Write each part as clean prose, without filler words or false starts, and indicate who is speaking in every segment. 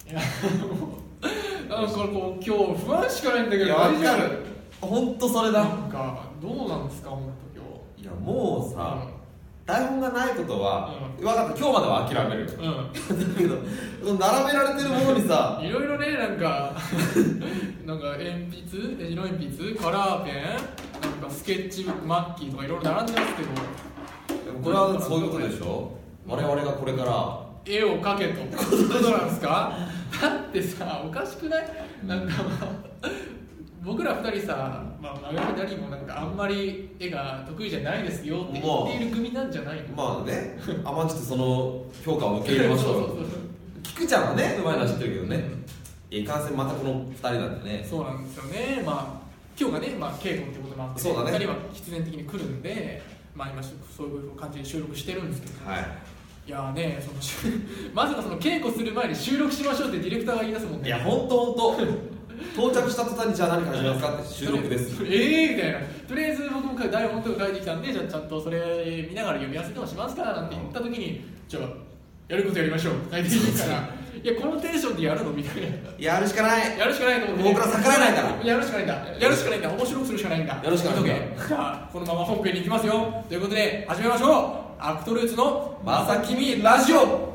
Speaker 1: いやなんかこう今日不安しかないんだけど、
Speaker 2: いや分かる、本当それだ。
Speaker 1: なんかどうなんですか本当今日。
Speaker 2: いやもうさ、台本がないことは、分かった、今日までは諦める、だけど並べられてるものにさ
Speaker 1: いろいろね、なんかなんか鉛筆、色鉛筆、カラーペン、なんかスケッチブック、マッキーとかいろいろ並んでますけど、
Speaker 2: でもこれはそういうことでしょ、我々がこれから
Speaker 1: 絵を描けとことなんですかだってさ、おかしくない？なんか僕ら2人さ、我々2人もなんかあんまり絵が得意じゃないですよって言っている組なんじゃないの？
Speaker 2: まあね、甘んじてその評価を受け入れましょうよ菊ちゃんはね、うまいのは知ってるけどね、いかんせんまたこの2人なんでね。
Speaker 1: そうなんですよね。今日がね、稽古ってこともあって、
Speaker 2: そうだね、
Speaker 1: 2人は必然的に来るんで、今そういう感じで収録してるんですけど、
Speaker 2: はい、
Speaker 1: いやね、まさかその稽古する前に収録しましょうってディレクターが言い出すもんね。
Speaker 2: いや本当到着した途端にじゃあ何から始めますかって、収録です
Speaker 1: みたいな、とりあえず僕も台本とか書いてきたんで、じゃあちゃんとそれ見ながら読み合わせでもしますからなんて言った時に、じゃあやることやりましょうって書いていいからいやこのテンションでやるのみたいな、
Speaker 2: やるしかない
Speaker 1: やるしかないと思って、
Speaker 2: 僕ら逆らえないから
Speaker 1: やるしかないんだ、面白くするしかないんだ、
Speaker 2: やるしかないんだ。
Speaker 1: じゃあこのまま本編に行きますよということで始めましょう。アクトルーツのまさきみラジオ。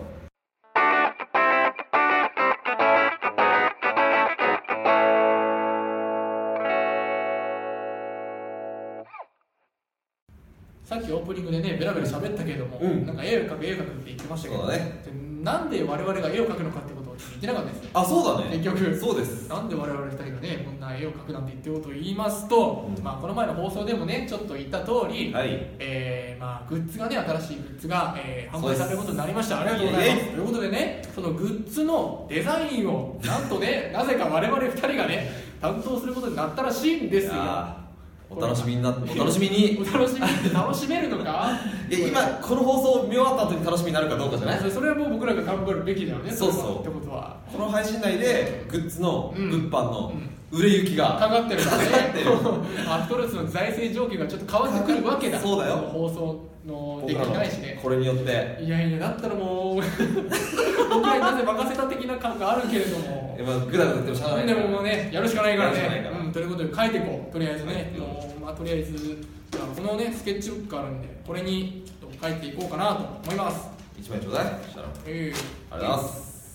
Speaker 1: さっきオープニングでね、ベラベラ喋ったけれども、なんか絵を描くって言ってましたけど、なんで我々が絵を描くのかってことを言ってなかったですよ。
Speaker 2: あ、そうだね、
Speaker 1: 結局
Speaker 2: そうです。
Speaker 1: なんで我々2人がね、こんな絵を描くなんて言ってることを言いますと、この前の放送でもね、ちょっと言った通り、
Speaker 2: はい、
Speaker 1: グッズがね、新しいグッズが、販売されることになりました。ありがとうございます。ということでね、そのグッズのデザインをなんとね、なぜか我々2人がね、担当することになったらしいんですよ。
Speaker 2: お楽しみに
Speaker 1: って楽しめるのか
Speaker 2: いや今この放送見終わった後に楽しみになるかどうかじゃない？
Speaker 1: それはもう僕らが頑張るべきだよね。
Speaker 2: そうそう
Speaker 1: ってことは
Speaker 2: この配信内でグッズの物販の売れ行きが
Speaker 1: かかってるからね。アクトルーツの財政状況がちょっと変わってくるわけだ。
Speaker 2: そうだよ、
Speaker 1: 放送のできないしね。
Speaker 2: これによって
Speaker 1: いやだったらもう僕らになぜ任せた的な感があるけれども、
Speaker 2: グダグダ言ってもしゃあない。
Speaker 1: でもね、やるしかないからね。ということで書いていこう。とりあえずね、とりあえずこのねスケッチブックがあるんで、これにちょっと書いていこうかなと思います。
Speaker 2: 1枚ちょうだい。したらありがとうございます。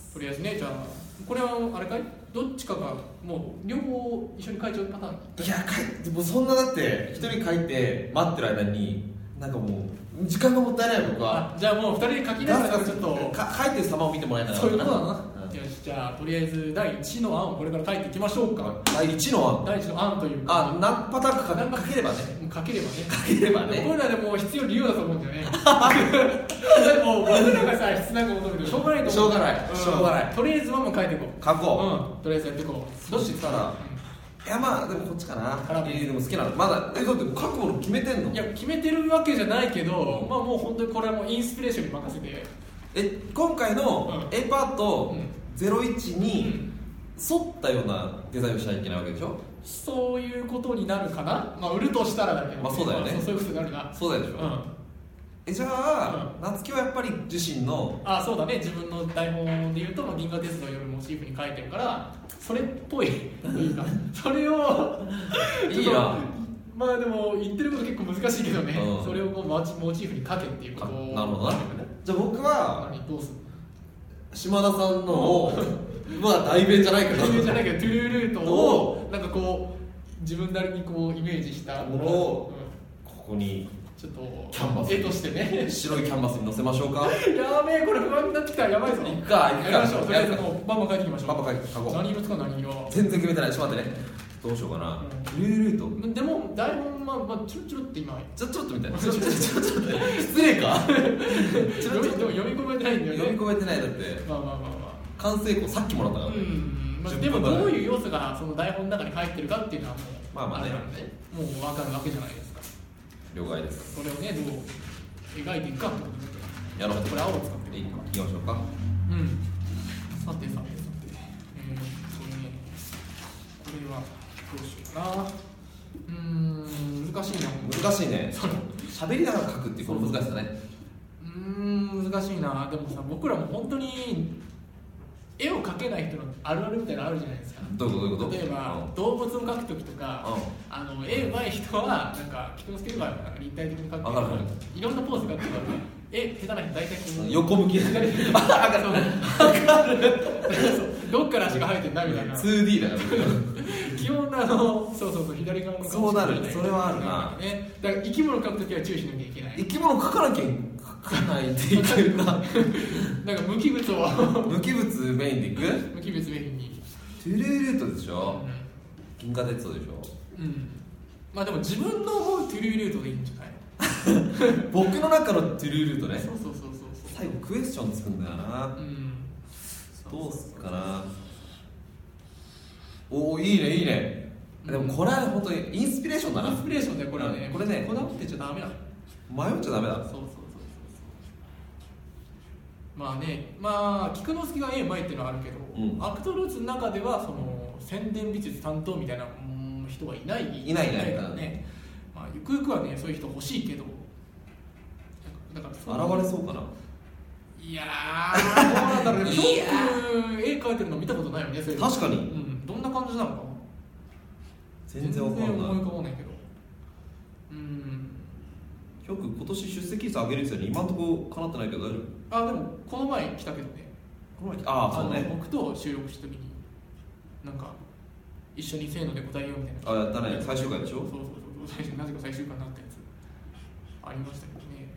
Speaker 1: とりあえずね、じゃあこれはあれかい、どっちかがもう両方一緒に書いちゃうパターン。
Speaker 2: いやもうそんな、だって一人書いて待ってる間になんかもう時間がもったいない。僕は
Speaker 1: じゃあもう2人で書きながらちょっと
Speaker 2: 書いてる様を見てもらえない。
Speaker 1: そういうことだな。よし、じゃあとりあえず第1の案をこれから書いていきましょうか。
Speaker 2: 第1の案。
Speaker 1: 第1の案というか、
Speaker 2: 何パターンか書ければね。
Speaker 1: 書ければね。
Speaker 2: 書ければね。
Speaker 1: これらでもう必要理由だと思うんだよね。もう僕らがさ、必須なんか求めてもしょうがないと思う。
Speaker 2: しょうがない。
Speaker 1: とりあえずはもう書いていこう。
Speaker 2: 書こ
Speaker 1: う。とりあえずやっていこう。どっち使うの？
Speaker 2: いやでもこっちかな。でも好きなのまだ。だって書くもの決めてんの？
Speaker 1: いや決めてるわけじゃないけど、もう本当にこれはもうインスピレーションに任せて。
Speaker 2: 今回の A パート01に沿ったようなデザインをしなきゃいけないわけでしょ。
Speaker 1: そういうことになるかな。売るとしたらだけど、
Speaker 2: そうだよね。
Speaker 1: そういうことになるな。
Speaker 2: そうだでしょ。じゃあ夏希はやっぱり自身の
Speaker 1: そうだね、自分の台本でいうと銀河鉄道よりモチーフに書いてるから、それっぽいというか、それを
Speaker 2: いいな。
Speaker 1: でも言ってること結構難しいけどね、それをモチーフに書けっていうこと。
Speaker 2: なるほどな。じゃあ僕は
Speaker 1: どうする？
Speaker 2: 島田さんのを代弁じゃないけど
Speaker 1: トゥルールートをなんかこう自分なりにこうイメージした
Speaker 2: ものをここに
Speaker 1: ちょっと
Speaker 2: キャンバス
Speaker 1: 絵としてね、
Speaker 2: 白いキャンバスに載せましょうか。
Speaker 1: やべえ、これ不安になってきたらやばいぞ。
Speaker 2: 行くか。
Speaker 1: やりましょう。とりあえずもうバンバン書いていきましょう。
Speaker 2: バンバン書こう。
Speaker 1: 何色使う？何色？
Speaker 2: 全然決めてない。ちょっと待ってね。どうしようかな。ルート。
Speaker 1: でも台本ちょろって今
Speaker 2: ちょっとみたいな。ちょっと失礼か。
Speaker 1: でも読み込めてないんだよね。
Speaker 2: 読み込めてない。だって完成稿さっきもらったからね。
Speaker 1: でもどういう要素がその台本の中に入ってるかっていうのはもう
Speaker 2: ね、
Speaker 1: もう分かるわけじゃないですか。
Speaker 2: 了解です。
Speaker 1: それをね、どう描いていくかってことで、
Speaker 2: やろう。
Speaker 1: これ青を使ってい
Speaker 2: きましょうか。
Speaker 1: さてこれはどうしようかな。難しいね。喋りながら書くっていうこの難しさね。難しいな。でもさ、僕らも本当に絵を描けない人のあるあるみたいなのあるじゃないですか。
Speaker 2: どういうこと
Speaker 1: 例えば、動物を描くときとか、絵うまい人はなんか菊之助とかなんか立体的に描くけど、いろんなポーズがあって、絵下手な人大体
Speaker 2: 横向き
Speaker 1: 左手にどっから足が生えてんだみたいな
Speaker 2: 2D だよ
Speaker 1: 基本そう左側の顔
Speaker 2: そうなる、それはあるな、
Speaker 1: ね、だから生き物描くときは注意しなきゃいけない。
Speaker 2: 生き物描かなきゃ描かないでいけるな
Speaker 1: なんか無機物を
Speaker 2: 無機物メインでいく
Speaker 1: 無機物メインに
Speaker 2: トゥルールートでしょ、銀河鉄道でしょ、
Speaker 1: まあでも自分の思うトゥルールートでいいんじゃない
Speaker 2: 僕の中のトゥルールートね。
Speaker 1: そう
Speaker 2: 最後クエスチョンつくんだよな、どうすっかな。おお、いいねいいね、でもこれは本当にインスピレーションだな。
Speaker 1: インスピレーションだよこれはね。
Speaker 2: これね、
Speaker 1: こだわってちゃダメだ、
Speaker 2: 迷っちゃダメだ。
Speaker 1: そうまあね、まあ菊之助が絵うまいっていうのはあるけど、アクトルーツの中ではその宣伝美術担当みたいな人はいないからね。まあゆくゆくはねそういう人欲しいけど、だから
Speaker 2: 現れそうかな。
Speaker 1: いやーどうなんだろうね。ショック絵描いてるの見たことないよね。それ
Speaker 2: 確かに、
Speaker 1: どんな感じなのかな。
Speaker 2: 全然わかんない。
Speaker 1: 思い浮かばないけど。
Speaker 2: ヒョク今年出席率上げるって言って今のところ叶ってないけど大丈夫？
Speaker 1: でもこの前来たけどね。
Speaker 2: そうね。
Speaker 1: 僕と収録した時になんか一緒にせーので答えようみたいな。
Speaker 2: やったね、最終回でしょ。
Speaker 1: そうなぜか最終回になったやつありましたけどね。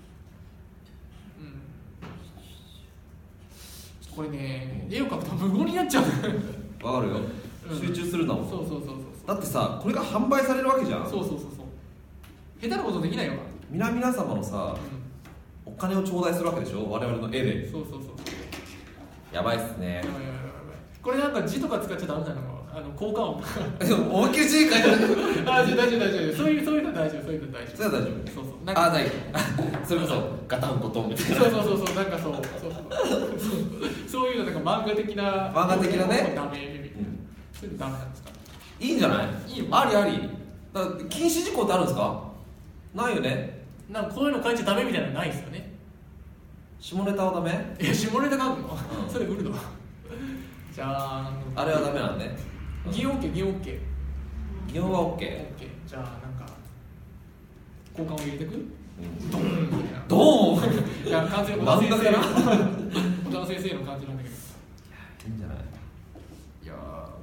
Speaker 1: これね、絵を描くと無言になっちゃう。
Speaker 2: わかるよ、集中するんだもん。
Speaker 1: そう
Speaker 2: だってさ、これが販売されるわけじゃん。
Speaker 1: そう下手なことできないよ。
Speaker 2: 皆様のさ、お金を頂戴するわけでしょ、我々の絵で。
Speaker 1: そう
Speaker 2: やばいっすね。
Speaker 1: これなんか字とか使っちゃダメなの。効果音とか
Speaker 2: 思いっきり字書いてる。
Speaker 1: 大丈夫。そういうの大丈夫。
Speaker 2: それは大丈夫。
Speaker 1: そう
Speaker 2: 大丈夫。それこそガタンコトンみたいな。
Speaker 1: そうなんかそういうのなんか漫画的な
Speaker 2: ね。
Speaker 1: ダメみたいな。そういうのダメなんですか。
Speaker 2: いいんじゃない？
Speaker 1: いいよ。
Speaker 2: あり。だから禁止事項ってあるんですか？ないよね。
Speaker 1: なんかこういうの書いちゃダメみたいなのないですよね。
Speaker 2: 下ネタはダメ？
Speaker 1: 下ネタ書くの？それ売るの？じゃあ
Speaker 2: あれはダメなんね。
Speaker 1: 擬音 OK。
Speaker 2: 擬音は OK。
Speaker 1: じゃあなんか交換を入れてく？
Speaker 2: ドーンみたいな。
Speaker 1: ドーン。いや完全に小田先生の感じなんだけど。いい
Speaker 2: んじゃない？
Speaker 1: いや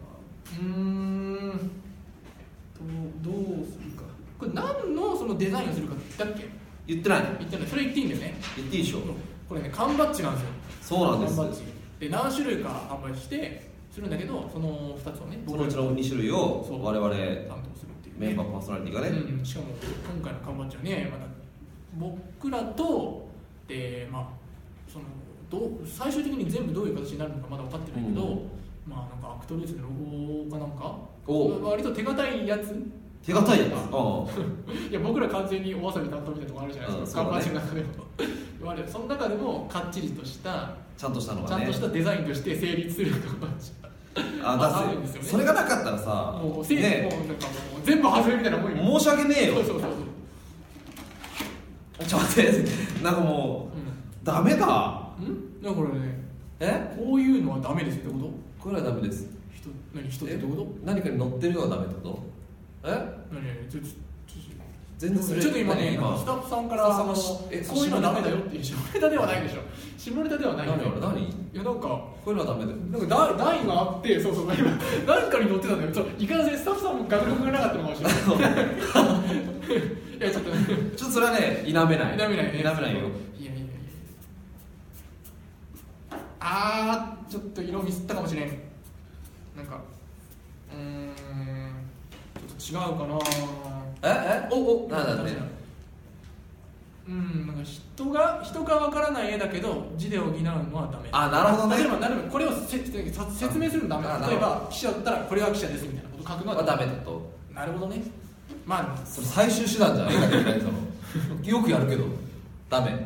Speaker 1: どうするか。これ何のそのデザインをするかって言ったっけ？
Speaker 2: 言ってない。
Speaker 1: それ言っていいんだよね。
Speaker 2: 言っていいでしょ。
Speaker 1: これね缶バッジなんですよ。
Speaker 2: そうなんです。
Speaker 1: 缶バッジで何種類か販売してするんだけど、その2つをね、
Speaker 2: そのうちの2種類を我々
Speaker 1: 担当するっていう、
Speaker 2: メンバーパーソナリティがね、
Speaker 1: しかも今回の缶バッジはね、まだ僕らとでその最終的に全部どういう形になるのかまだ分かってないけど、なんかアクトルーツのロゴかなんか割と手堅いやつ。いや僕ら完全におわさび担当みたいなとこあるじゃないですか、缶バッジの中でもその中でもかっちりとした
Speaker 2: ちゃんとした
Speaker 1: デザインとして成立する缶バッジ
Speaker 2: だってそれがなかったらさ、
Speaker 1: もうなんかもう全部外れみたいなもんよ。
Speaker 2: 申し訳ねえよ。
Speaker 1: そう
Speaker 2: ちょっと待って、なんかもうダメだ。だ
Speaker 1: からね、こういうのはダメですってこと？
Speaker 2: これはダメです。
Speaker 1: 人ってどういうこと？
Speaker 2: 何かに乗ってるのはダメってこと？全然それ
Speaker 1: ちょっと今ね、スタッフさんからこういうのはダメだよっていう下ネタではないでしょ。下ネタではないよね。
Speaker 2: 何？
Speaker 1: いやなんか
Speaker 2: こういうのはダメだよ。
Speaker 1: なんか台があって、そう何かに乗ってたんだよ。いかんせんスタッフさんも学力がなかったのかもしれない。いやちょっと
Speaker 2: それはね、否めない。
Speaker 1: 否めないよ。
Speaker 2: いや
Speaker 1: ちょっと色ミスったかもしれん。なんかちょっと違うかな。
Speaker 2: なんだね。
Speaker 1: なんか人がわからない絵だけど字で補うのはダメ。
Speaker 2: なるほどね。
Speaker 1: 例えばこれを説明するのダメ。例えば記者だったらこれは記者ですみたいなこと書くのは
Speaker 2: ダメだと。
Speaker 1: なるほどね。
Speaker 2: それ最終手段じゃないかってよくやるけどダメ。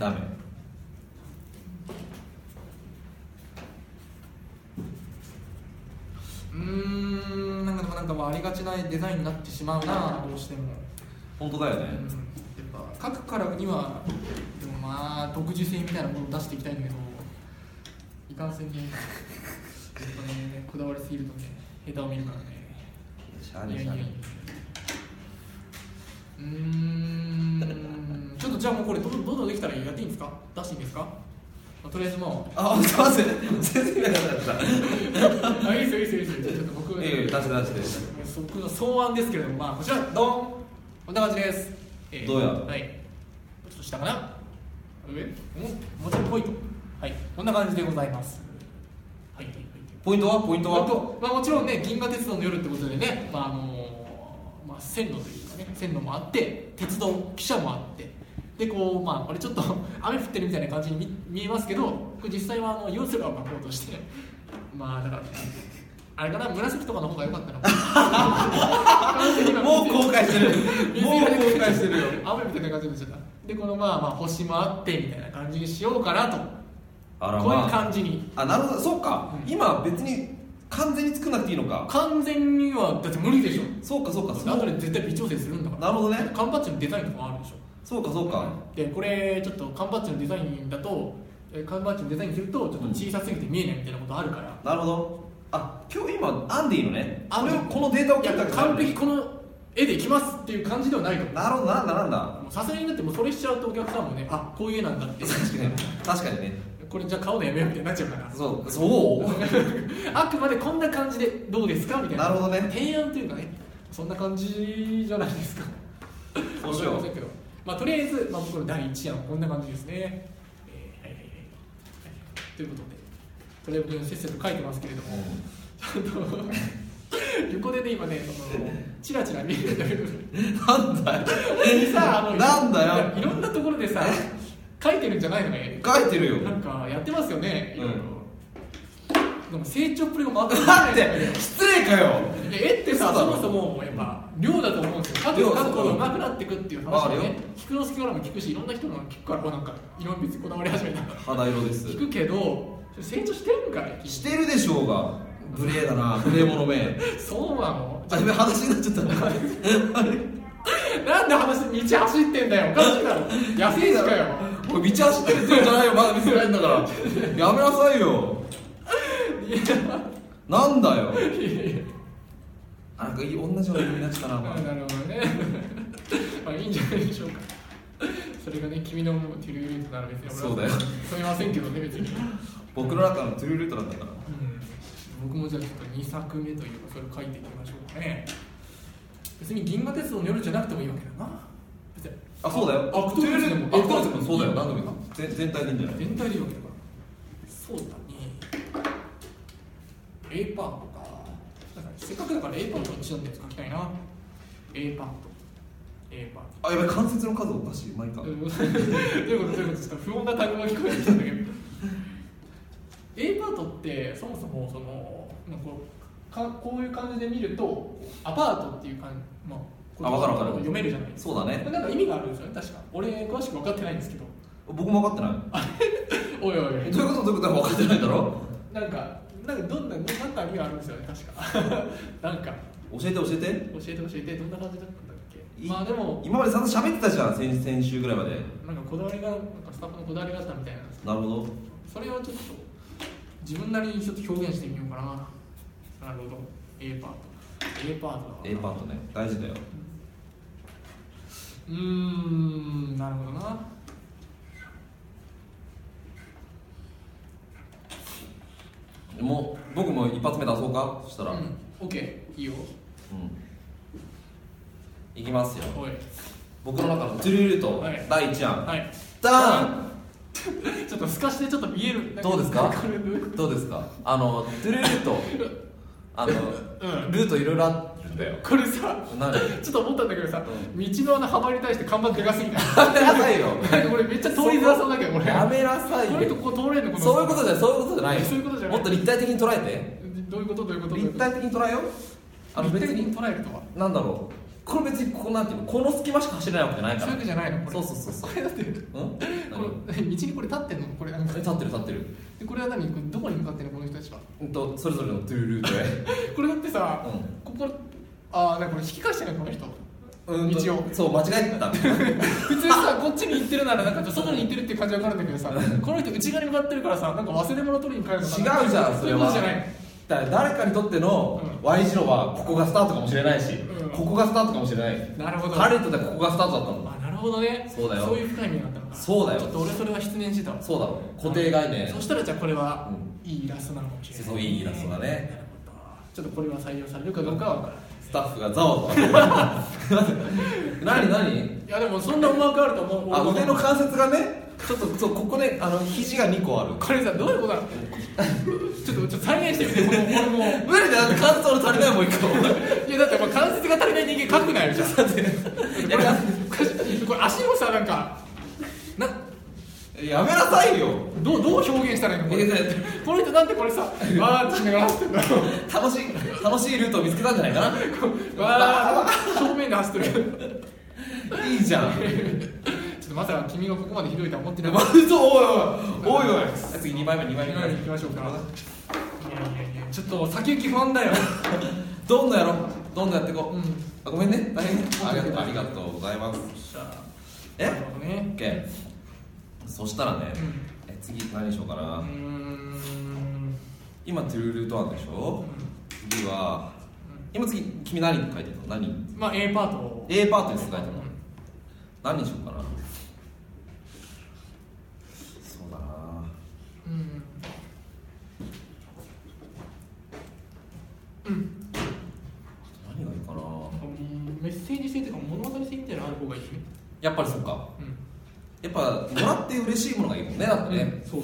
Speaker 2: なんかありがちなデザインになってしまうな、どうしても。 本当だよね。
Speaker 1: やっぱ書くからにはでも独自性みたいなものを出していきたいんだけど、いかんせんねこだわりすぎるとね下手を見るからね。
Speaker 2: しゃあねえしゃあね
Speaker 1: ちょっとじゃあもうこれどんどんできたらやっていいんですか、出していいんですか、とりあえずもう
Speaker 2: すいません全然見なかった
Speaker 1: いいですよちょっと僕
Speaker 2: 出して
Speaker 1: 僕の草案ですけれども、まあこちらドンこんな感じです、
Speaker 2: どうや
Speaker 1: はいちょっと下かな上もうちょっとポイントはいこんな感じでございます。はい
Speaker 2: ポイントは
Speaker 1: まあ、もちろんね銀河鉄道の夜ってことでね、まあ、線路というかね線路もあって鉄道汽車もあってでこうまあこれちょっと雨降ってるみたいな感じに見えますけどこれ実際は夜空を描こうとしてまあだからあれかな紫とかの方が良かったの
Speaker 2: もう後悔してるよ
Speaker 1: 雨みたいな感じになっちゃったでこのまあ星もあってみたいな感じにしようかなとこういう感じに
Speaker 2: なるほどそうか、今別に完全に作んなくていいのか。
Speaker 1: 完全にはだって無理でしょ。
Speaker 2: そうか
Speaker 1: 後で絶対微調整するんだから。
Speaker 2: なるほどね。
Speaker 1: 缶バッジのデザインとかあるでしょ。
Speaker 2: そうか
Speaker 1: でこれちょっと缶バッジのデザインだと缶バッジのデザインするとちょっと小さすぎて見えないみたいなことあるから、
Speaker 2: なるほど。今日今編んでいいのね。このデータを切ったら
Speaker 1: 完璧この絵でいきますっていう感じではないと思う。
Speaker 2: なるほどなんだ
Speaker 1: さすがにだってもうそれしちゃうとお客さんもねこういう絵なんだって
Speaker 2: 確かにね
Speaker 1: これじゃあ買うのやめようみたいになっちゃうから
Speaker 2: そう
Speaker 1: あくまでこんな感じでどうですかみたいな。
Speaker 2: なるほどね。
Speaker 1: 提案というかねそんな感じじゃないですか。
Speaker 2: そうしよう。
Speaker 1: まあとりあえず、僕の第1案はこんな感じですね。ということでとりあえずせっせと書いてますけれども、ちょっと横でね今ねチラチラ見えるんだけど
Speaker 2: なんだよ
Speaker 1: なんだよいろんなところでさ書いてるんじゃないのね。
Speaker 2: 書いてるよ。
Speaker 1: なんかやってますよね。なんか成長っぷりが回ってる。
Speaker 2: だって失礼かよ。
Speaker 1: 絵ってさそもそもやっぱ量だと思うんですよ。描くことが上手くなっていくっていう話でね。菊之助からも聞くしいろんな人も聞くからなんか色々別にこだわり始めた。
Speaker 2: 肌色です。
Speaker 1: 聞くけど成長してるんかい。
Speaker 2: してるでしょうが。無礼だな無礼者め。
Speaker 1: そうなの。
Speaker 2: 話になっちゃった
Speaker 1: なんで道走ってんだよ。おかしいだろ。野生児かよ。
Speaker 2: 道走ってるって言うんじゃないよ。まだ見せないんだからやめなさいよ。なんだよなんか同じような意味になっちゃったな。
Speaker 1: なるほどねいいんじゃないでしょうか。それがね君の思うトゥルールートなら別に
Speaker 2: そうだよ
Speaker 1: すみませんけどね別に
Speaker 2: 僕の中のトゥルールートなんだから、
Speaker 1: 僕もじゃあちょっと2作目というかそれを書いていきましょうかね。別に銀河鉄道の夜じゃなくてもいいわけだな。
Speaker 2: そうだよ。
Speaker 1: アクトルーツでも
Speaker 2: そうだよ。何でもいいか。全体でいいんじゃない。
Speaker 1: 全体でいいわけだからそうだね。A パートかせっかくだから A パート1なんで書きたいな。 A パート
Speaker 2: やばい関節の数おかしい。まあいいか。
Speaker 1: どういうことちょっと不穏な単語が聞こえてきたんだけどA パートってそもそもこういう感じで見るとアパートっていう感じの
Speaker 2: 分かる
Speaker 1: 読めるじゃないですか。
Speaker 2: そうだね。
Speaker 1: なんか意味があるんですよね確か。俺詳しく分かってないんですけど。
Speaker 2: 僕も分かってない
Speaker 1: おい
Speaker 2: どういうこと分かってないんだろ。
Speaker 1: なんかどんな意味があるんですよね確かなんか
Speaker 2: 教えてどんな感じだったんだっ
Speaker 1: け。まあでも
Speaker 2: 今まで散々喋ってたじゃん先週ぐらいまで。
Speaker 1: なんかこだわりがスタッフのこだわりがあったみたいな。
Speaker 2: なるほど。
Speaker 1: それをちょっと自分なりにちょっと表現してみようかな。なるほど。 A パート
Speaker 2: ね大事だよ。
Speaker 1: なるほどな。
Speaker 2: もう僕も一発目出そうか。そしたら
Speaker 1: OK いいよ。
Speaker 2: いきますよ。
Speaker 1: おい
Speaker 2: 僕の中のトゥルールート、第1案、ダーン
Speaker 1: ちょっと透かしてちょっと見える。
Speaker 2: どうですかトゥルールートルートいろいろあるんだよ。
Speaker 1: これさちょっと思ったんだけどさ、道の幅に対して看板でかすぎない。
Speaker 2: やめなさいよ。
Speaker 1: これめっちゃ通りづらそうだけどこれ
Speaker 2: やめなさいよ。
Speaker 1: これとこう通れるの。
Speaker 2: そういうことじゃない。
Speaker 1: も
Speaker 2: っと立体的に捉えて。
Speaker 1: どういうこと
Speaker 2: 立体的に捉えよう。
Speaker 1: 別に捉えるとは
Speaker 2: なんだろう。これ別にこなんていうの、この隙間しか走れないわけじゃないから。
Speaker 1: そういうわけじゃないの。
Speaker 2: そう
Speaker 1: これだって道にこれ立ってんの。これなんか
Speaker 2: 立ってる。
Speaker 1: でこれは何、どこに向かってるのこの人たちは。
Speaker 2: それぞれのトゥルールートへ
Speaker 1: これだってさ、ここなんかこれ引き返してないこの人。 道を
Speaker 2: そう間違えた
Speaker 1: 普通さこっちに行ってるならなんか外に行ってるっていう感じわかるんだけどさこの人内側に向かってるからさなんか忘れ物取りに帰るのかな。
Speaker 2: 違うじゃんそれは。
Speaker 1: そういうことじゃない。
Speaker 2: だから誰かにとっての Y 字路はここがスタートかもしれないし、ここがスタートかもしれない。
Speaker 1: なるほど。
Speaker 2: 彼にとってはここがスタートだったの。
Speaker 1: なるほどね。
Speaker 2: そうだよ。
Speaker 1: そういう深い意味があったのか。
Speaker 2: そうだよ。
Speaker 1: ちょっと俺それは失念してたわ。
Speaker 2: そうだろ。固定概念。
Speaker 1: そしたらじゃあこれはいいイラストなのかもしれない。
Speaker 2: そういいイラストだね。
Speaker 1: なるほど。ちょっとこれは採用されるかどうかは分からない。
Speaker 2: スタッフがざわざわ何
Speaker 1: いやでもそんな思惑あると思う。
Speaker 2: 腕の関節がねちょっとそうここね肘が2個ある。
Speaker 1: これさどういうことなのちょっと再現してみて。これも
Speaker 2: 無理だよ。関節俺足りないもん1個。
Speaker 1: いやだって関節が足りない人間書くなよじゃん。これ足もさなんか
Speaker 2: やめなさいよ。
Speaker 1: どう表現したらいいのこれ。この人なんでこれさわーってしながら走ってんだろう。
Speaker 2: 楽しいルートを見つけたんじゃないかな。
Speaker 1: わー正面で走ってる。
Speaker 2: いいじゃん。
Speaker 1: ちょっとまさか君がここまでひどいとは思ってなかった。
Speaker 2: おいおい次2枚目
Speaker 1: 行きましょうか。いやちょっと先行き不安だよ。
Speaker 2: どんどんやろう。どんどんやっていこう。ごめんね大変ね。ありがとうございます。
Speaker 1: なるほどね。
Speaker 2: OK。そしたらね、次何しようかな。今トゥルールート1でしょ。次は今次君何書いてるの？何？
Speaker 1: まあ A パート。
Speaker 2: A パートに書いてるの。何にしようかな。そうだな。何がいいかな。
Speaker 1: メッセージ性というか物語性みたいなのある方がいい。
Speaker 2: やっぱりそうか。やっぱもらって嬉しいものがいいもんね。だってね。
Speaker 1: そう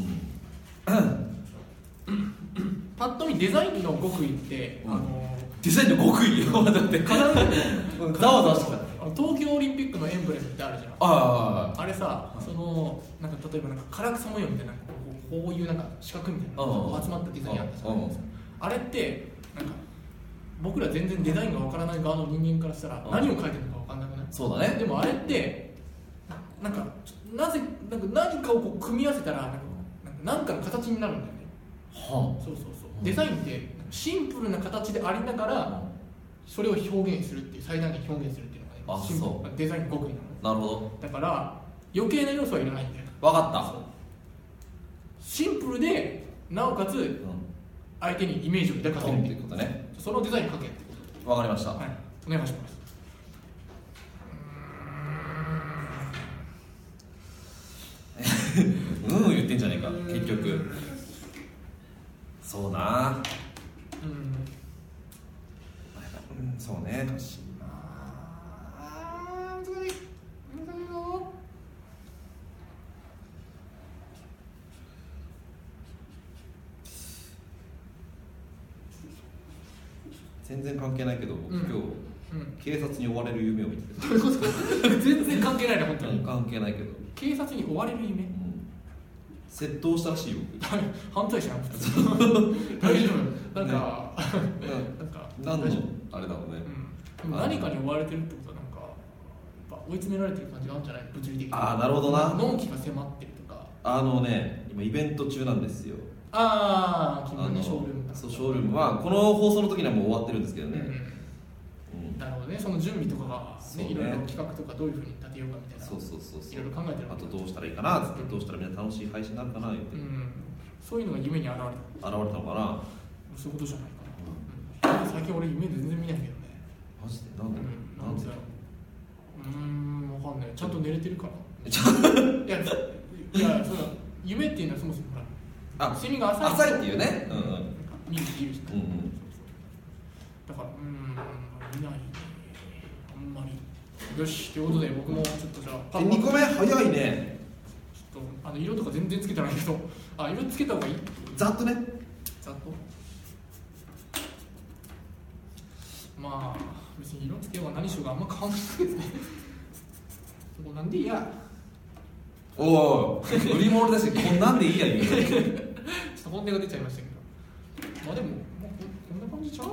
Speaker 1: パッと見デザインの極意って
Speaker 2: デザインの極意よ。だって必ずざわざわしてた。
Speaker 1: 東京オリンピックのエンブレムってあるじゃん。あれさ、なんか例えばなんか唐草模様みたいなこういうなんか四角みたいな集まったデザインあったじゃん。あれってなんか僕ら全然デザインがわからない側の人間からしたら何を描いてるのかわかんなくない？
Speaker 2: そうだね。
Speaker 1: でもあれってなんか何かをこう組み合わせたらなんかの形になるんだよね。そうデザインってシンプルな形でありながらそれを表現するっていう最大限表現するっていうのがねそうデザインの極意なの。
Speaker 2: なるほど。
Speaker 1: だから余計な要素はいらないんだよ。
Speaker 2: 分かった。
Speaker 1: シンプルでなおかつ相手にイメージを抱かせるっていうことね。そのデザインかけってこと。
Speaker 2: 分かりました。
Speaker 1: はい、お願いします。
Speaker 2: 言ってんじゃねえか結局。そうな。そうね。全然関係ないけど僕今日警察に追われる夢を見てる。
Speaker 1: 全然関係ないね本当に。
Speaker 2: 関係ないけど
Speaker 1: 警察に追われる夢。
Speaker 2: 窃盗したらしいよ。
Speaker 1: 犯罪者なんですか？大丈夫？なんか
Speaker 2: 何のあれだろうね。
Speaker 1: 何かに追われてるってことはなんかやっぱ追い詰められてる感じがあるんじゃない？物理的に。
Speaker 2: ああなるほどな。
Speaker 1: 納期が迫ってるとか。
Speaker 2: 今イベント中なんですよ。
Speaker 1: 君のショールームだ。
Speaker 2: そうショールームはこの放送の時にはもう終わってるんですけどね。
Speaker 1: なるほどね。その準備とかがいろいろ企画とかどういうふうに立てようかみたいな。
Speaker 2: そう
Speaker 1: いろいろ考えてる。
Speaker 2: あとどうしたらいいかなっつってどうしたらみんな楽しい配信になるかなって。
Speaker 1: そういうのが夢に現れたの
Speaker 2: かな。
Speaker 1: そういうことじゃないかな。最近俺夢全然見ないけどね。
Speaker 2: マジでなんで？
Speaker 1: なんでだろう。わかんない。ちゃんと寝れてるから。いやそうだ。夢っていうのはそもそもほら睡眠が
Speaker 2: 浅いっていうね。
Speaker 1: 見るっていうし。だから見ないね。あんまり。よしということで僕もちょっとじゃあ。
Speaker 2: 2個目早いね。
Speaker 1: ちょっと色とか全然つけてないけど、色つけた方がいい？
Speaker 2: ざっとね。
Speaker 1: ざっと。まあ別に色つけようが何しようがあんま変わんないですね。そこなんでいいや。
Speaker 2: おお、売り物だし、こんなんでいいや言う。
Speaker 1: ちょっと本音が出ちゃいましたけど。まあでもこんな感じちゃう？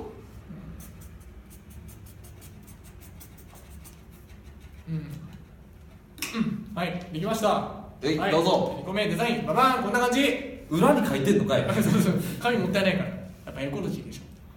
Speaker 1: はい、できました。
Speaker 2: はい、どうぞ。
Speaker 1: 2個目デザイン、ババーン、こんな感じ。
Speaker 2: 裏に書いてんのかい。
Speaker 1: そう紙もったいないから。やっぱエコロジーでしょ。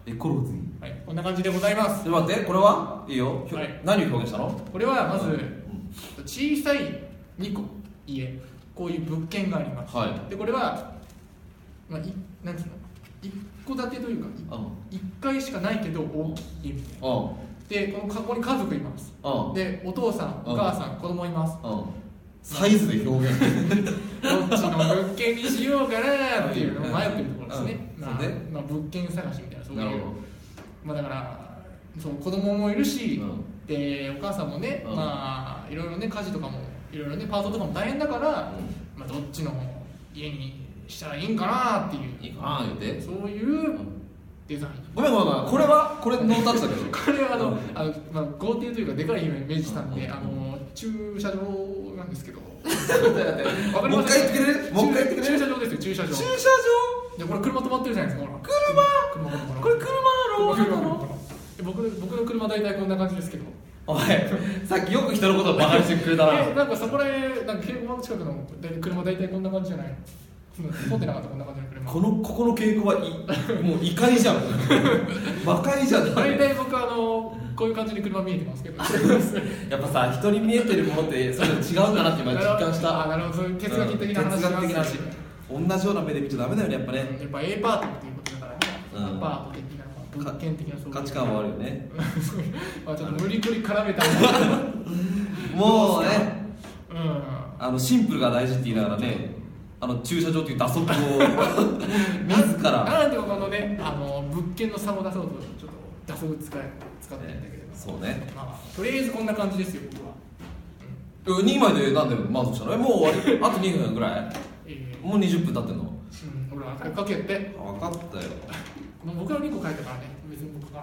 Speaker 2: エコロジー。
Speaker 1: はい、こんな感じでございます。
Speaker 2: で待って、これはいいよ、
Speaker 1: はい、
Speaker 2: 何を表現したの？
Speaker 1: これはまず、小さい2個家、こういう物件があります、
Speaker 2: はい、
Speaker 1: でこれは、なんていうの、一戸建てというか、1階しかないけど大きい家みたいな。でここに家族います。でお父さんお母さん子供います。
Speaker 2: サイズで表現
Speaker 1: どっちの物件にしようかなっていうのを迷ってるところですね。まあ物件探しみたいな、そういう、まあだからそう子供もいるし、でお母さんもね、まあいろいろね家事とかもいろいろねパートとかも大変だから、まあどっちの家にしたらいいんかなっていう、
Speaker 2: いいかな言って、
Speaker 1: そういうデザイン。
Speaker 2: ごめん、これノータッチだけど
Speaker 1: これはまあ、豪邸というかでかい家をイメージしたんで、駐車場なんですけどわかります？もう一回言ってくれる？もう一回言ってくれる？駐車場ですよ、駐車場。でこれ車止まってるじゃないですか。車これ車なの？僕の車大体こんな感じですけど。
Speaker 2: お前さっきよく人のことをバカにしてくれたな。
Speaker 1: なんかそこらへん、なんか稽古場の近くの車大体こんな感じじゃない？通ってなかった、こんな感じの車。
Speaker 2: ここの稽古はもう異界じゃん魔界じゃん。
Speaker 1: 大体僕こういう感じで車見えてますけど
Speaker 2: やっぱさ、人に見えてるものってそれ違うんだなって今実感した。
Speaker 1: なるほど、そういう哲学的な話
Speaker 2: なんですよ。同じような目で見ちゃダメだよね、やっぱね。
Speaker 1: やっぱ A パートっていうことだからね、アパート的な物件的な、そういう
Speaker 2: 価値観はあるよね
Speaker 1: まあちょっと無理くり絡めた
Speaker 2: もうね、シンプルが大事って言いながらね、駐車場という打足を自ら
Speaker 1: なんでこのね、物件の差を出そうとちょっと打足使ってるんだけど、
Speaker 2: そうね、
Speaker 1: まあ、とりあえずこんな感じですよ、僕は。
Speaker 2: 2枚でなんで満足したの？もう終わり？あと2分ぐらい？もう20分経ってんの？
Speaker 1: 俺はかけて
Speaker 2: 分かったよ。
Speaker 1: 僕ら2個書いたからね、別に僕から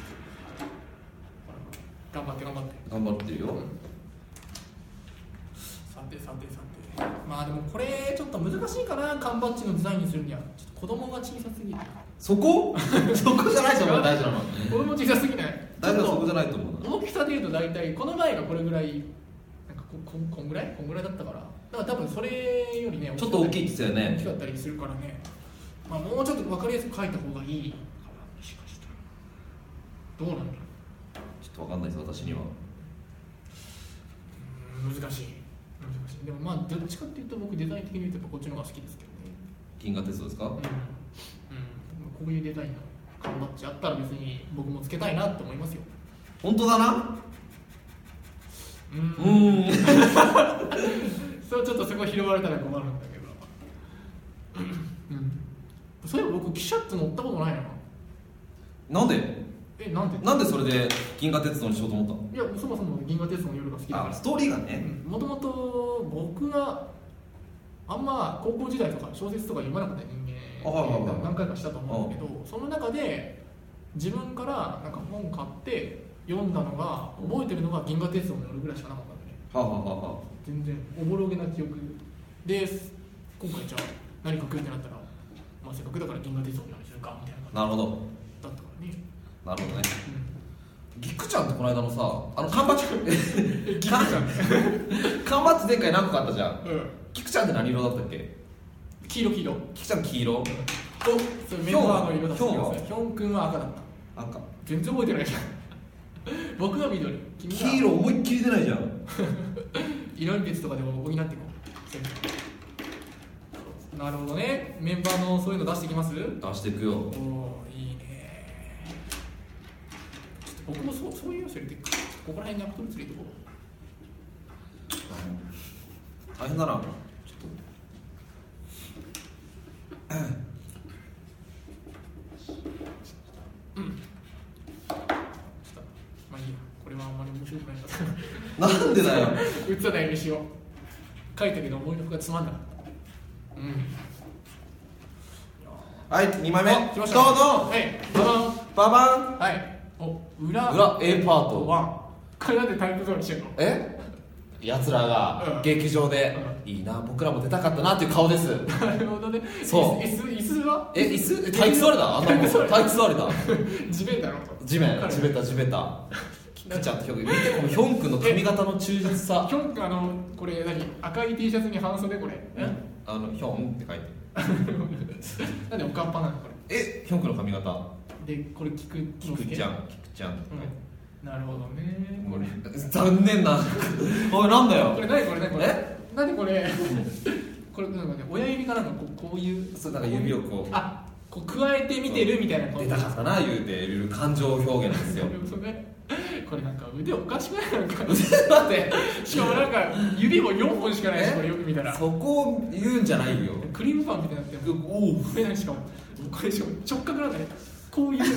Speaker 1: 頑張って
Speaker 2: 頑張ってるよ。
Speaker 1: さてまあでもこれちょっと難しいかな、缶バッジのデザインにするには。ちょっと子供が小さすぎる。
Speaker 2: そこじゃないと思う。大事なの
Speaker 1: 子供小さすぎない？
Speaker 2: 大事なのそこじゃないと思う。
Speaker 1: 大きさでいうと大体この前がこれぐらい、なんかこんぐらいだったから、だから多分それよりね
Speaker 2: ちょっと大きいって言ってたよね。
Speaker 1: 大きかったりするからね、まあ、もうちょっと分かりやすく書いた方がいいかな。しかしたらどうなんだろう、
Speaker 2: ちょっと分かんないです、私には。
Speaker 1: 難しい。でもまあどっちかっていうと僕デザイン的に言うとやっぱこっちの方が好きですけどね。
Speaker 2: 銀河鉄道ですか？
Speaker 1: こういうデザインの缶バッジあったら別に僕もつけたいなって思いますよ。
Speaker 2: 本当だな。
Speaker 1: そう、ちょっとそこ拾われたら困るんだけどそういえば僕汽車って乗ったことないな。
Speaker 2: なんで？なんでそれで銀河鉄道にしようと思ったの？
Speaker 1: いや、そもそも銀河鉄道の夜が好きだから。
Speaker 2: ストーリーがね、
Speaker 1: もともと僕があんま高校時代とか小説とか読まなかった人間何回かしたと思うんだけど、その中で自分からなんか本買って読んだのが覚えてるのが銀河鉄道の夜ぐらいしかなかったんでね。全然おぼろげな記憶で、今回じゃあ何書くってなったら、まあせっかくだから銀河鉄道のようにするかみたいな。
Speaker 2: なるほど。
Speaker 1: だったからね。
Speaker 2: なるほどね。ギクちゃんってこの間のさ、缶バッジ缶バッジ前回何個かあったじゃん。ギクちゃんって何色だったっけ？
Speaker 1: 黄色。ギ
Speaker 2: クちゃん黄色。
Speaker 1: それメンバーの色だった。ヒョン君は赤だった。
Speaker 2: 赤。全
Speaker 1: 然覚えてないじゃん。僕は緑。
Speaker 2: 黄色思いっきり出ないじゃん。
Speaker 1: 色別とかでも補っていこう。なるほどね。メンバーのそういうの出していきます？出
Speaker 2: していくよ。
Speaker 1: おー、いいね。僕もそういうの連れていく。ここら辺にアップル連れていこ
Speaker 2: う。大変だな。ちょっと
Speaker 1: まあいいや。これはあんまり面白くないか
Speaker 2: ら。なんでだよ。
Speaker 1: 映さない飯を書いたけど思いのほかつまんなかった。
Speaker 2: はい、2枚目。
Speaker 1: どうぞ。はい、ババン。はい。裏
Speaker 2: A パート
Speaker 1: 1。これなんでタイプ通りしてるの？
Speaker 2: 奴らが劇場で、いいな、僕らも出たかったなっていう顔です。
Speaker 1: なるほどね。
Speaker 2: そう。
Speaker 1: 椅子は？
Speaker 2: 椅子？体育座りだ。体育座りだ。
Speaker 1: 地面だろ。
Speaker 2: 地べた。キクちゃんって見て、このヒョン君の髪型の忠実さ。
Speaker 1: ヒョン君これ何？赤い T シャツに半袖これ？
Speaker 2: ヒョンって書いてる。
Speaker 1: なんでおかっぱなのこ
Speaker 2: れ？ヒョン君の髪型。
Speaker 1: でこれ菊
Speaker 2: ちゃん、
Speaker 1: なるほどね。
Speaker 2: これ残念なおいなんだよ
Speaker 1: これ何これこれなんかね、親指かなんかこういう
Speaker 2: そうなんか指をこう
Speaker 1: こう加えて見てるみたいな
Speaker 2: 出たかったな言うてる感情表現なんですよ
Speaker 1: これなんか腕おかしくない？なんか
Speaker 2: 待って
Speaker 1: しかもなんか指も4本しかないし、これよく見たら
Speaker 2: そこを言うんじゃないよ。
Speaker 1: クリームパンみたいになってる。
Speaker 2: おお
Speaker 1: 増えないしかもこれしかも直角なんだね。こういう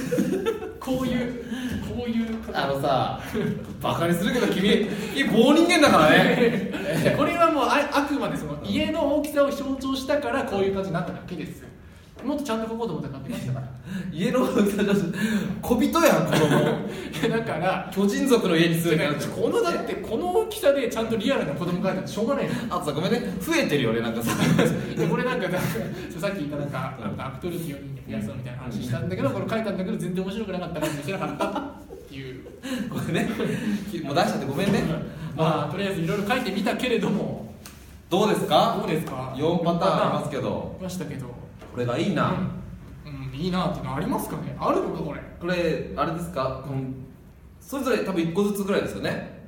Speaker 2: あのさバカにするけど君棒人間だからね
Speaker 1: これはもうあくまでその家の大きさを象徴したからこういう感じになっただけですよ。もっとちゃんと書こうと思ったら書きましたから
Speaker 2: 家の大きさ小人やん子供
Speaker 1: だから
Speaker 2: 巨人族の家に住んでる
Speaker 1: だってこの大きさでちゃんとリアルな子供描いたらしょうがないの。
Speaker 2: あとさごめんね増えてるよねなんかさ
Speaker 1: これなんかさっき言ったなんかアクトルーツ4人で増やそうみたいな話したんだけど、これ書いたんだけど全然面白くなかったから見せなかったっていう
Speaker 2: これねもう出しちゃってごめんね
Speaker 1: まあとりあえずいろいろ書いてみたけれども
Speaker 2: どうですか4パターンありますけど
Speaker 1: ましたけど
Speaker 2: これがいいな、
Speaker 1: いいなっていうのありますかね。あるのか
Speaker 2: これあれですか、それぞれ多分1個ずつぐらいですよね。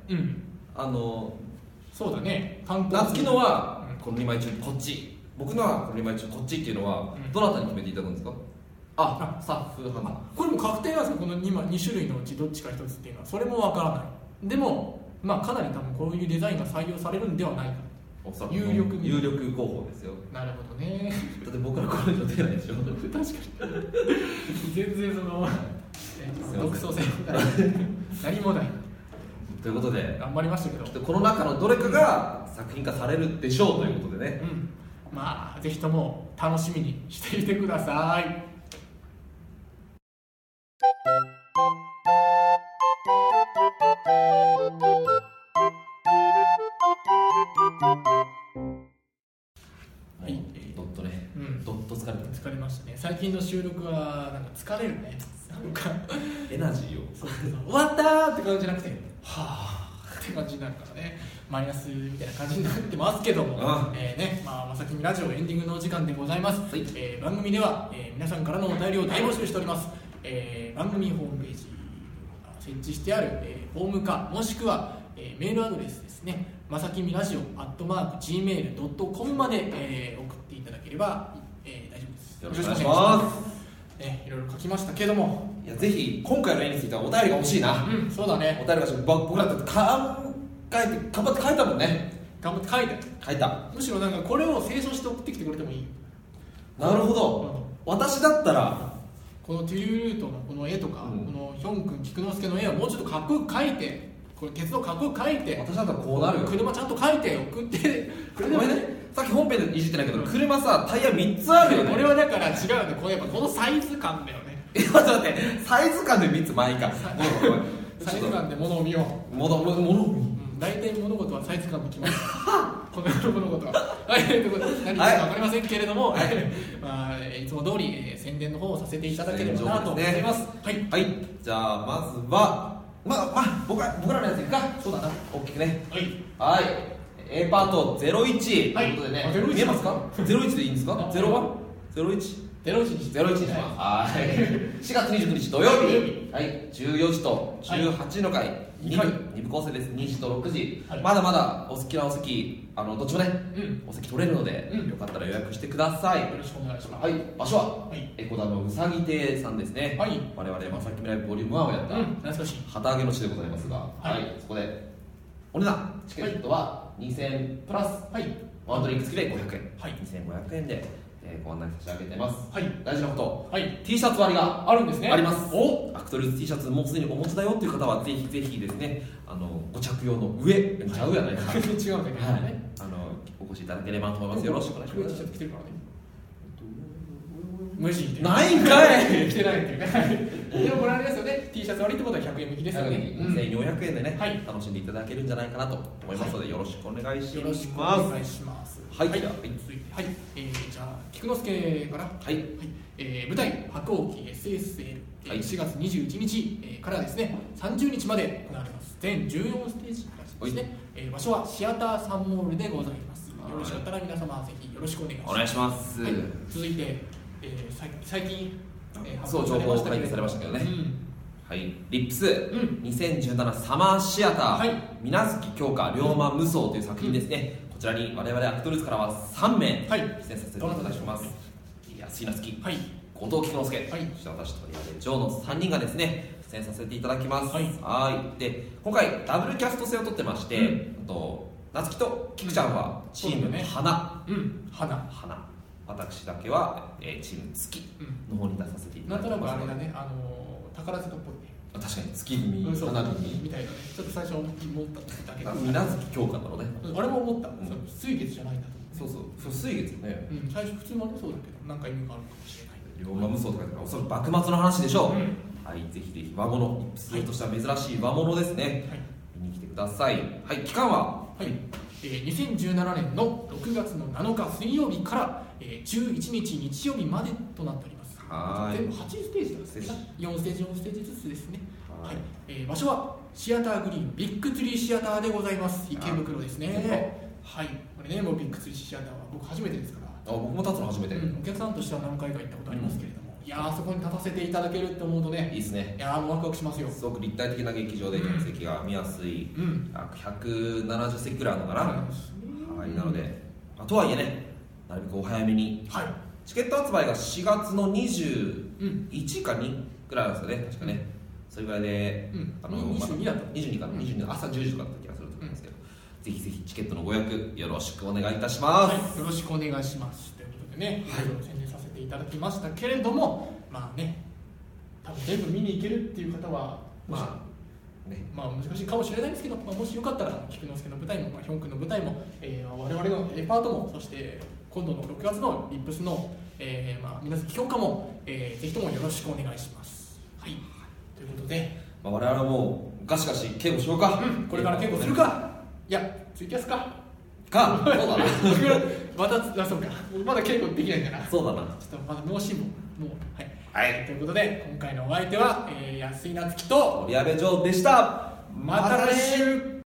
Speaker 1: そうだね。
Speaker 2: 夏希のはこの2枚中こっち、僕のはこの2枚中こっちっていうのはどなたに決めていただくんですか？スタッフ判断。
Speaker 1: これも確定なんですか？この2種類のうちどっちか1つっていうのはそれもわからない。でもまあかなり多分こういうデザインが採用されるんではないか。有力
Speaker 2: 候補ですよ。
Speaker 1: なるほどね。
Speaker 2: だって僕らこれ以上出ないでしょ
Speaker 1: 確かに全然その独創性何もない
Speaker 2: ということで
Speaker 1: 頑張りましたけど、
Speaker 2: きっとこの中のどれかが作品化されるでしょうということでね、
Speaker 1: まあぜひとも楽しみにしていてください。
Speaker 2: どっと疲
Speaker 1: れましたね。最近の収録はなんか疲れるね。なんか
Speaker 2: エナジーを
Speaker 1: 終わったーって感じじゃなくてはーって感じになるからね、マイナスみたいな感じになってますけども、まさきみラジオエンディングのお時間でございます。番組では、皆さんからのお便りを大募集しております。番組ホームページ設置してある、フォームかもしくは、メールアドレスですね、まさきみラジオ@gmail.com まで、送っていただければ、大丈夫です。
Speaker 2: よろしくお願いします。
Speaker 1: いろいろ書きましたけども、
Speaker 2: いやぜひ今回の絵についてはお便りが欲しいな。
Speaker 1: そうだね。
Speaker 2: お便りが欲しい。僕らだって頑張って書いたもんね。
Speaker 1: 頑張って書いた。むしろなんかこれを清書して送ってきてくれてもいい。
Speaker 2: なるほど、私だったら
Speaker 1: このトゥルールートのこの絵とか、このヒョン君菊之助の絵をもうちょっとかっこよく描いて、これ鉄道かっこよく描いて、
Speaker 2: 私だったらこうなるよ。
Speaker 1: 車ちゃんと描いて送ってくれてもね。
Speaker 2: さっき本編でいじってないけど、車さタイヤ3つあるよね。
Speaker 1: これはだから違うんだよ。これやっぱこのサイズ感だよね。
Speaker 2: ちょっと待って、サイズ感で3つ前か。
Speaker 1: サイズ感で物を見よう。
Speaker 2: 物を見よう。
Speaker 1: 大体物事はサイズ感で決まる。この世の物事は。はい、ということで何か分かりませんけれども、いつも通り宣伝の方をさせていただければなと思います。はい。
Speaker 2: じゃあまずは僕らのやついくか。
Speaker 1: そうだな。
Speaker 2: 大きくね。はい。A パート01ということでね、見えますか？01でいいんですか？01にします。はい。4月29日土曜日、14時と18の回、2部構成です。2時と6時。まだまだお好きなお席、どっちもね、お席取れるので、よかったら予約してください。
Speaker 1: よろしくお願いします。
Speaker 2: 場所はエコダのうさぎ亭さんですね。我々まさきみライブボリューム1をやった
Speaker 1: 懐かしい
Speaker 2: 旗揚げの地でございますが、そこでお値段チケットは2000プラスワンドリンク付きで500円、2500円でご案内差し上げてます。大事なこと、T シャツ割があるんですね。あります。アクトルーズ T シャツもうすでにお持ちだよという方はぜひぜひですね、ご着用の上ちゃうやないか、
Speaker 1: 全然違うんだけどね、
Speaker 2: お越しいただければと思います。よろしくお願いします。
Speaker 1: T シャツ着てるからね、無地で
Speaker 2: ないんかい
Speaker 1: 着てないっていうね。でもこれあれですよね、 T シャツ割りってことは100円引きですよね。
Speaker 2: 2400円でね、楽しんでいただけるんじゃないかなと思いますので、よろしくお願いします。
Speaker 1: よろしくお願いします。じゃあ菊之助から、舞台「白鸚記 SSL」4月21日からですね30日まで行われます。全14ステージらしいですね。場所はシアターサンモールでございます。よろしかったら皆様ぜひよろしくお願いします。
Speaker 2: お願いします。
Speaker 1: 続いて最近
Speaker 2: そう情報解禁されましたけどね、はい、リップス、2017サマーシアター、水無月京香龍馬無双という作品ですね、こちらに我々アクトルーツからは3名出演させていただきます。安井なつき、後藤菊之助、そして私とジョーの3人がですね出演させていただきます。で今回ダブルキャスト制を取ってまして、なつきと菊ちゃんはチーム花、私だけはチーム月の方に出させていただきます。
Speaker 1: なんとなくあれだね、宝塚っぽいね。
Speaker 2: 確かに月組、花組
Speaker 1: みたいなね、ちょっと最初思っただけど、
Speaker 2: 水無月京香だろうね。
Speaker 1: あれも思った、水月じゃないんだと思
Speaker 2: う。そう水月ね。
Speaker 1: 最初普通もそうだけど、なんか意味があるかもしれない。
Speaker 2: 龍馬無双とかおそらく幕末の話でしょう。はい、ぜひぜひ和物、それとしては珍しい和物ですね。見に来てください。はい、期間は
Speaker 1: 2017年の6月の7日水曜日から11日日曜日までとなっております。全部8ステージなんですね。4ステージずつですね。場所はシアターグリーンビッグツリーシアターでございます。池袋ですね。はい、これね、もうビッグツリーシアターは僕初めてですから。
Speaker 2: 僕も立つの初めて。
Speaker 1: お客さんとしては何回か行ったことありますけれども、いやー、そこに立たせていただけるって思うとね、
Speaker 2: いいですね。
Speaker 1: いやー、もうワクワクしますよ。
Speaker 2: すごく立体的な劇場で客席が見やすい、170席くらいあるのかな。なので、とはいえね、なるべくお早めに、チケット発売が4月の21か2くらいなんですよね、確かね。それぐらいで、
Speaker 1: 22だった
Speaker 2: 22かな、22朝10時とかだった気がすると思うんですけど、ぜひぜひチケットのご予約よろしくお願いいたします。
Speaker 1: よろしくお願いします。ということでね、宣伝させていただきましたけれども、まあね、多分全部見に行けるっていう方は、難しいかもしれないんですけど、もしよかったら菊之助の舞台も、ヒョン君の舞台も、我々のレパートも、そして今度の6月のリップスの、皆さん評価も、ぜひともよろしくお願いします。はい、ということで、
Speaker 2: 我々はもうガシガシ稽古しようか。
Speaker 1: これから稽古するか、いやツイキャスか
Speaker 2: そうだな
Speaker 1: またそうか、まだ稽古できないんだな。
Speaker 2: そうだな、
Speaker 1: ちょっとまだ脳新聞もうはい、ということで今回のお相手は、安井なつきと
Speaker 2: 織部城でした。
Speaker 1: また来週。